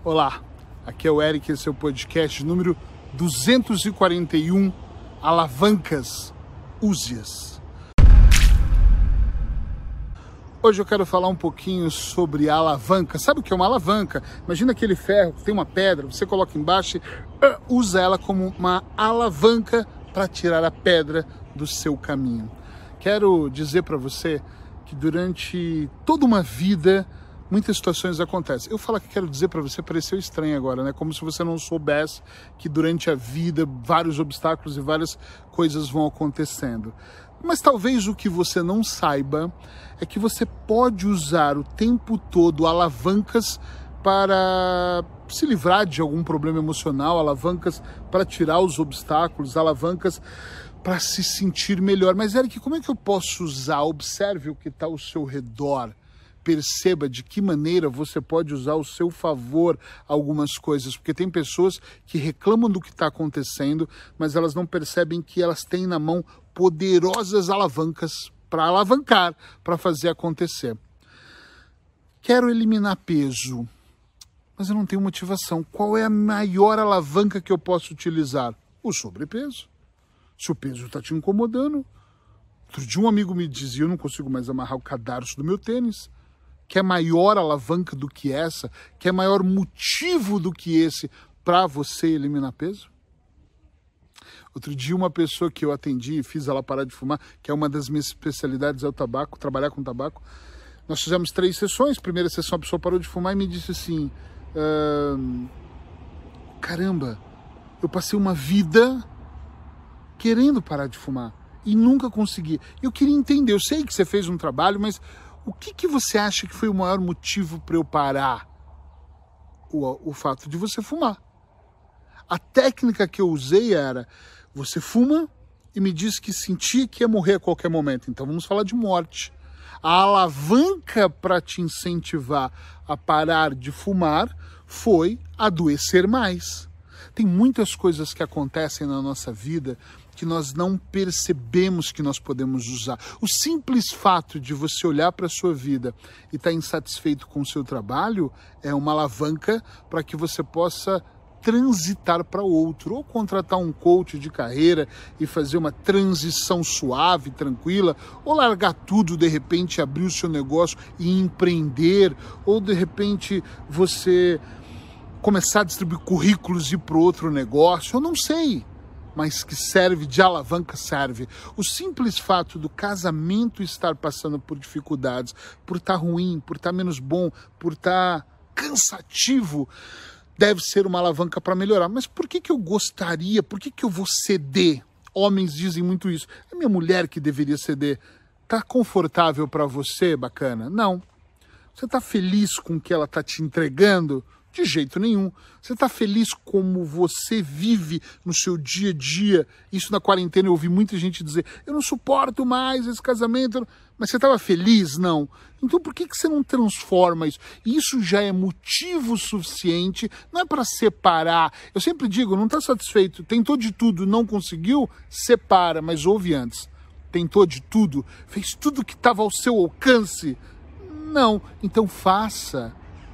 Olá, aqui é o Eric, esse é o podcast número 241, Alavancas, Use-as. Hoje eu quero falar um pouquinho sobre a alavanca. Sabe o que é uma alavanca? Imagina aquele ferro que tem uma pedra, você coloca embaixo e usa ela como uma alavanca para tirar a pedra do seu caminho. Quero dizer para você que durante toda uma vida muitas situações acontecem. Eu falar que quero dizer para você pareceu estranho agora, né? Como se você não soubesse que durante a vida vários obstáculos e várias coisas vão acontecendo. Mas talvez o que você não saiba é que você pode usar o tempo todo alavancas para se livrar de algum problema emocional, alavancas para tirar os obstáculos, alavancas para se sentir melhor. Mas, Eric, como é que eu posso usar? Observe o que está ao seu redor. Perceba de que maneira você pode usar ao seu favor algumas coisas, porque tem pessoas que reclamam do que está acontecendo, mas elas não percebem que elas têm na mão poderosas alavancas para alavancar, para fazer acontecer. Quero eliminar peso, mas eu não tenho motivação. Qual é a maior alavanca que eu posso utilizar? O sobrepeso. Se o peso está te incomodando, outro dia um amigo me dizia, eu não consigo mais amarrar o cadarço do meu tênis. Que é maior alavanca do que essa? Que é maior motivo do que esse para você eliminar peso? Outro dia uma pessoa que eu atendi e fiz ela parar de fumar, que é uma das minhas especialidades, é o tabaco, trabalhar com tabaco. Nós fizemos 3 sessões, primeira sessão a pessoa parou de fumar e me disse assim, caramba, eu passei uma vida querendo parar de fumar e nunca consegui. Eu queria entender, eu sei que você fez um trabalho, mas o que você acha que foi o maior motivo para eu parar? O fato de você fumar. A técnica que eu usei era, você fuma e me disse que sentia que ia morrer a qualquer momento. Então vamos falar de morte. A alavanca para te incentivar a parar de fumar foi adoecer mais. Tem muitas coisas que acontecem na nossa vida que nós não percebemos que nós podemos usar. O simples fato de você olhar para a sua vida e estar insatisfeito com o seu trabalho é uma alavanca para que você possa transitar para outro, ou contratar um coach de carreira e fazer uma transição suave, tranquila, ou largar tudo, de repente abrir o seu negócio e empreender, ou de repente você começar a distribuir currículos e ir para outro negócio, eu não sei, mas que serve de alavanca, serve. O simples fato do casamento estar passando por dificuldades, por estar ruim, por estar menos bom, por estar cansativo, deve ser uma alavanca para melhorar. Mas por que eu gostaria, por que eu vou ceder? Homens dizem muito isso. É minha mulher que deveria ceder. Tá confortável para você, bacana? Não. Você tá feliz com o que ela tá te entregando? De jeito nenhum. Você está feliz como você vive no seu dia a dia? Isso na quarentena eu ouvi muita gente dizer, eu não suporto mais esse casamento. Mas você estava feliz? Não. Então por que você não transforma isso? Isso já é motivo suficiente, não é para separar. Eu sempre digo, não está satisfeito, tentou de tudo, não conseguiu, separa, mas ouve antes. Tentou de tudo, fez tudo que estava ao seu alcance? Não. Então faça.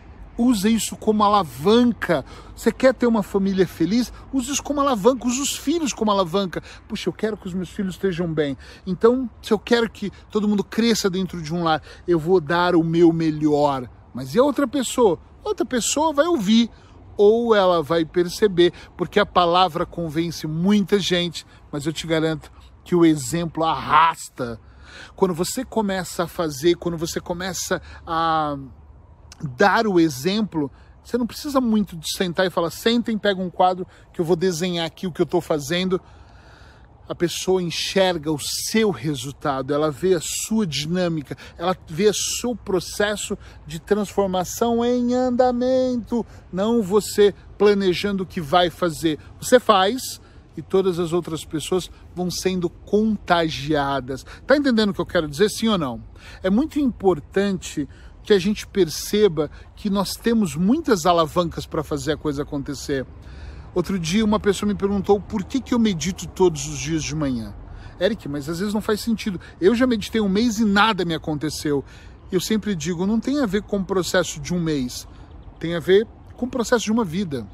Use isso como alavanca. Você quer ter uma família feliz? Use isso como alavanca. Use os filhos como alavanca. Puxa, eu quero que os meus filhos estejam bem. Então, se eu quero que todo mundo cresça dentro de um lar, eu vou dar o meu melhor. Mas e a outra pessoa? Outra pessoa vai ouvir. Ou ela vai perceber, porque a palavra convence muita gente. Mas eu te garanto que o exemplo arrasta. Quando você começa a fazer, quando você começa a dar o exemplo, você não precisa muito de sentar e falar, sentem, pega um quadro que eu vou desenhar aqui o que eu estou fazendo. A pessoa enxerga o seu resultado, ela vê a sua dinâmica, ela vê o seu processo de transformação em andamento, não você planejando o que vai fazer. Você faz e todas as outras pessoas vão sendo contagiadas. Tá entendendo o que eu quero dizer, sim ou não? É muito importante que a gente perceba que nós temos muitas alavancas para fazer a coisa acontecer. Outro dia uma pessoa me perguntou por que eu medito todos os dias de manhã. Eric, mas às vezes não faz sentido. Eu já meditei 1 mês e nada me aconteceu. Eu sempre digo, não tem a ver com o processo de 1 mês. Tem a ver como o processo de uma vida.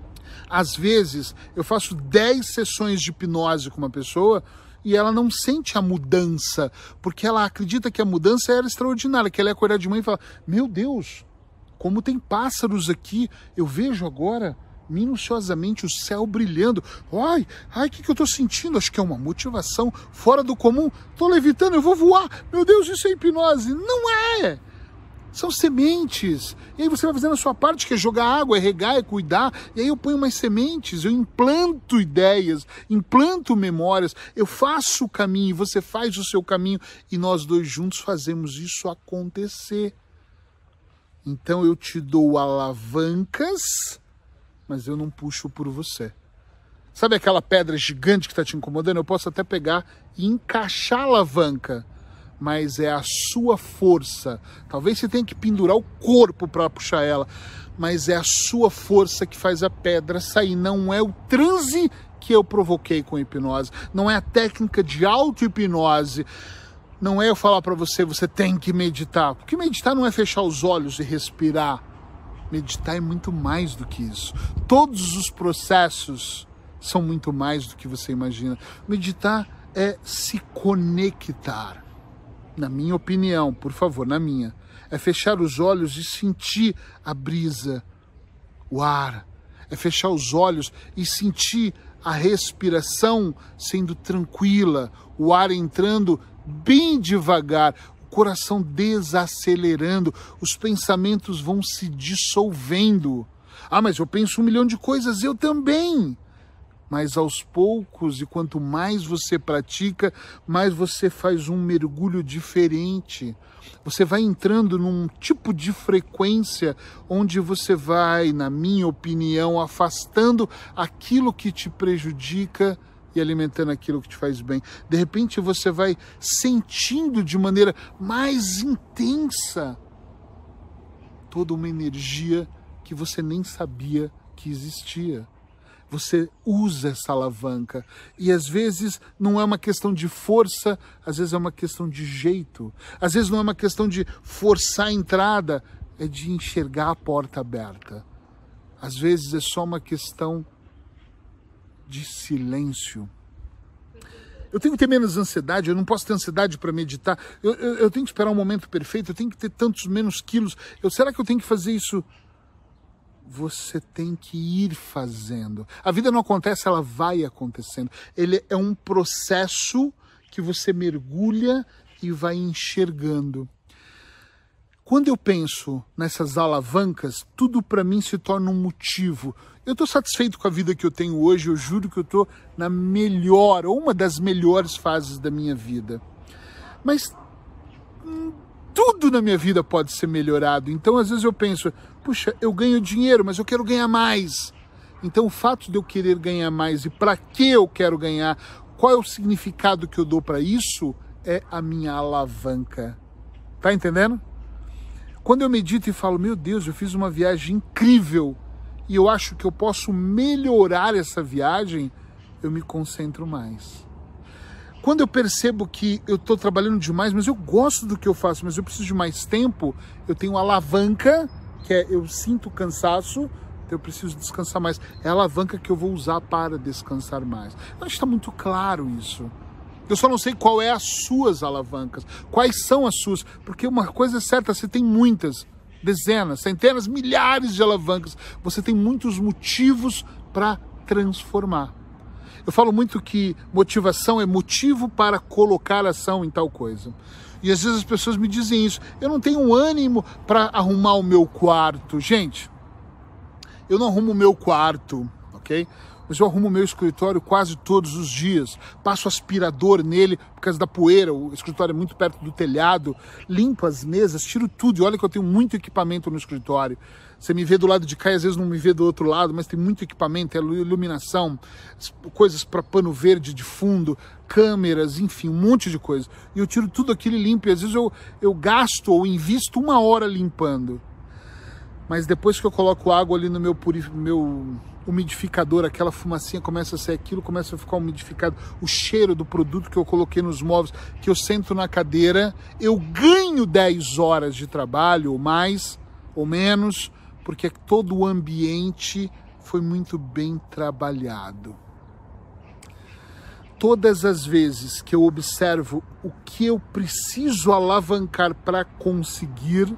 Às vezes, eu faço 10 sessões de hipnose com uma pessoa e ela não sente a mudança, porque ela acredita que a mudança era extraordinária, que ela ia acordar de manhã e falar, meu Deus, como tem pássaros aqui, eu vejo agora minuciosamente o céu brilhando. Ai, o que eu tô sentindo? Acho que é uma motivação fora do comum. Tô levitando, eu vou voar. Meu Deus, isso é hipnose. Não é! São sementes. E aí você vai fazendo a sua parte, que é jogar água, é regar, é cuidar. E aí eu ponho mais sementes, eu implanto ideias, implanto memórias, eu faço o caminho, você faz o seu caminho e nós dois juntos fazemos isso acontecer. Então eu te dou alavancas, mas eu não puxo por você. Sabe aquela pedra gigante que está te incomodando? Eu posso até pegar e encaixar a alavanca, mas é a sua força. Talvez você tenha que pendurar o corpo para puxar ela, mas é a sua força que faz a pedra sair. Não é o transe que eu provoquei com a hipnose, não é a técnica de auto-hipnose, não é eu falar para você, você tem que meditar. Porque meditar não é fechar os olhos e respirar. Meditar é muito mais do que isso. Todos os processos são muito mais do que você imagina. Meditar é se conectar. Na minha opinião, por favor, na minha, é fechar os olhos e sentir a brisa, o ar. É fechar os olhos e sentir a respiração sendo tranquila, o ar entrando bem devagar, o coração desacelerando, os pensamentos vão se dissolvendo. Ah, mas eu penso 1 milhão de coisas, eu também. Mas aos poucos, e quanto mais você pratica, mais você faz um mergulho diferente. Você vai entrando num tipo de frequência onde você vai, na minha opinião, afastando aquilo que te prejudica e alimentando aquilo que te faz bem. De repente você vai sentindo de maneira mais intensa toda uma energia que você nem sabia que existia. Você usa essa alavanca e às vezes não é uma questão de força, às vezes é uma questão de jeito, às vezes não é uma questão de forçar a entrada, é de enxergar a porta aberta. Às vezes é só uma questão de silêncio. Eu tenho que ter menos ansiedade, eu não posso ter ansiedade para meditar, eu tenho que esperar um momento perfeito, eu tenho que ter tantos menos quilos, será que eu tenho que fazer isso? Você tem que ir fazendo. A vida não acontece, ela vai acontecendo. Ele é um processo que você mergulha e vai enxergando. Quando eu penso nessas alavancas, tudo para mim se torna um motivo. Eu estou satisfeito com a vida que eu tenho hoje, eu juro que eu estou na melhor, ou uma das melhores fases da minha vida. Mas tudo na minha vida pode ser melhorado. Então, às vezes eu penso, puxa, eu ganho dinheiro, mas eu quero ganhar mais. Então, o fato de eu querer ganhar mais e para que eu quero ganhar, qual é o significado que eu dou para isso, é a minha alavanca. Tá entendendo? Quando eu medito e falo, meu Deus, eu fiz uma viagem incrível e eu acho que eu posso melhorar essa viagem, eu me concentro mais. Quando eu percebo que eu estou trabalhando demais, mas eu gosto do que eu faço, mas eu preciso de mais tempo, eu tenho uma alavanca, que é eu sinto cansaço, então eu preciso descansar mais. É a alavanca que eu vou usar para descansar mais. Eu acho que está muito claro isso. Eu só não sei qual é as suas alavancas, quais são as suas, porque uma coisa é certa, você tem muitas, dezenas, centenas, milhares de alavancas, você tem muitos motivos para transformar. Eu falo muito que motivação é motivo para colocar ação em tal coisa. E às vezes as pessoas me dizem isso. Eu não tenho ânimo para arrumar o meu quarto. Gente, eu não arrumo o meu quarto, ok? Mas eu arrumo o meu escritório quase todos os dias. Passo aspirador nele por causa da poeira. O escritório é muito perto do telhado. Limpo as mesas, tiro tudo. E olha que eu tenho muito equipamento no escritório. Você me vê do lado de cá e às vezes não me vê do outro lado, mas tem muito equipamento, é iluminação, coisas para pano verde de fundo, câmeras, enfim, um monte de coisa. E eu tiro tudo aquilo e limpo. E às vezes eu gasto ou invisto 1 hora limpando. Mas depois que eu coloco água ali no meu umidificador, aquela fumacinha começa a sair, aquilo começa a ficar umidificado, o cheiro do produto que eu coloquei nos móveis, que eu sento na cadeira, eu ganho 10 horas de trabalho, ou mais, ou menos, porque todo o ambiente foi muito bem trabalhado. Todas as vezes que eu observo o que eu preciso alavancar para conseguir,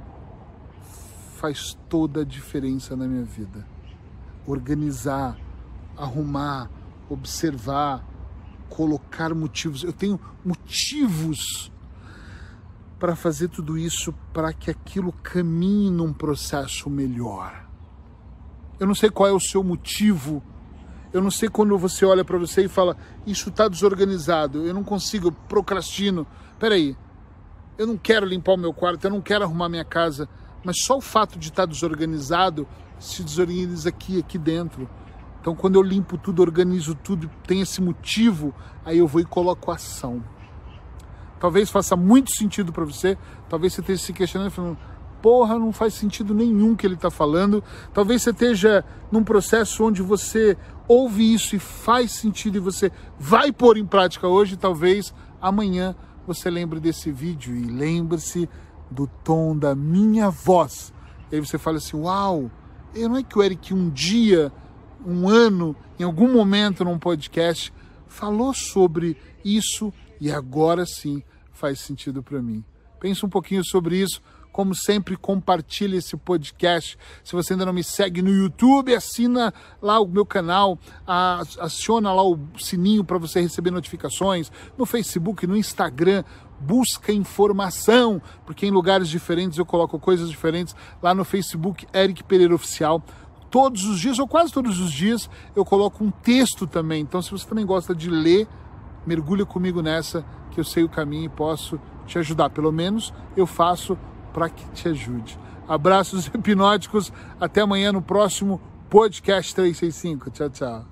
faz toda a diferença na minha vida. Organizar, arrumar, observar, colocar motivos. Eu tenho motivos para fazer tudo isso, para que aquilo caminhe num processo melhor. Eu não sei qual é o seu motivo. Eu não sei quando você olha para você e fala, isso está desorganizado, eu não consigo, eu procrastino. Peraí, eu não quero limpar o meu quarto, eu não quero arrumar minha casa, mas só o fato de estar desorganizado se desorganiza aqui dentro. Então quando eu limpo tudo, organizo tudo, tem esse motivo, aí eu vou e coloco ação. Talvez faça muito sentido para você, talvez você esteja se questionando e falando, porra, não faz sentido nenhum que ele está falando. Talvez você esteja num processo onde você ouve isso e faz sentido e você vai pôr em prática hoje. Talvez amanhã você lembre desse vídeo e lembre-se do tom da minha voz. E aí você fala assim, uau, não é que o Eric um dia, um ano, em algum momento num podcast, falou sobre isso e agora sim faz sentido para mim. Pensa um pouquinho sobre isso. Como sempre, compartilhe esse podcast. Se você ainda não me segue no YouTube, assina lá o meu canal, aciona lá o sininho para você receber notificações. No Facebook, no Instagram, busca informação, porque em lugares diferentes eu coloco coisas diferentes. Lá no Facebook, Eric Pereira Oficial. Todos os dias, ou quase todos os dias, eu coloco um texto também. Então, se você também gosta de ler, mergulha comigo nessa, que eu sei o caminho e posso te ajudar. Pelo menos eu faço para que te ajude. Abraços hipnóticos, até amanhã no próximo Podcast 365. Tchau, tchau.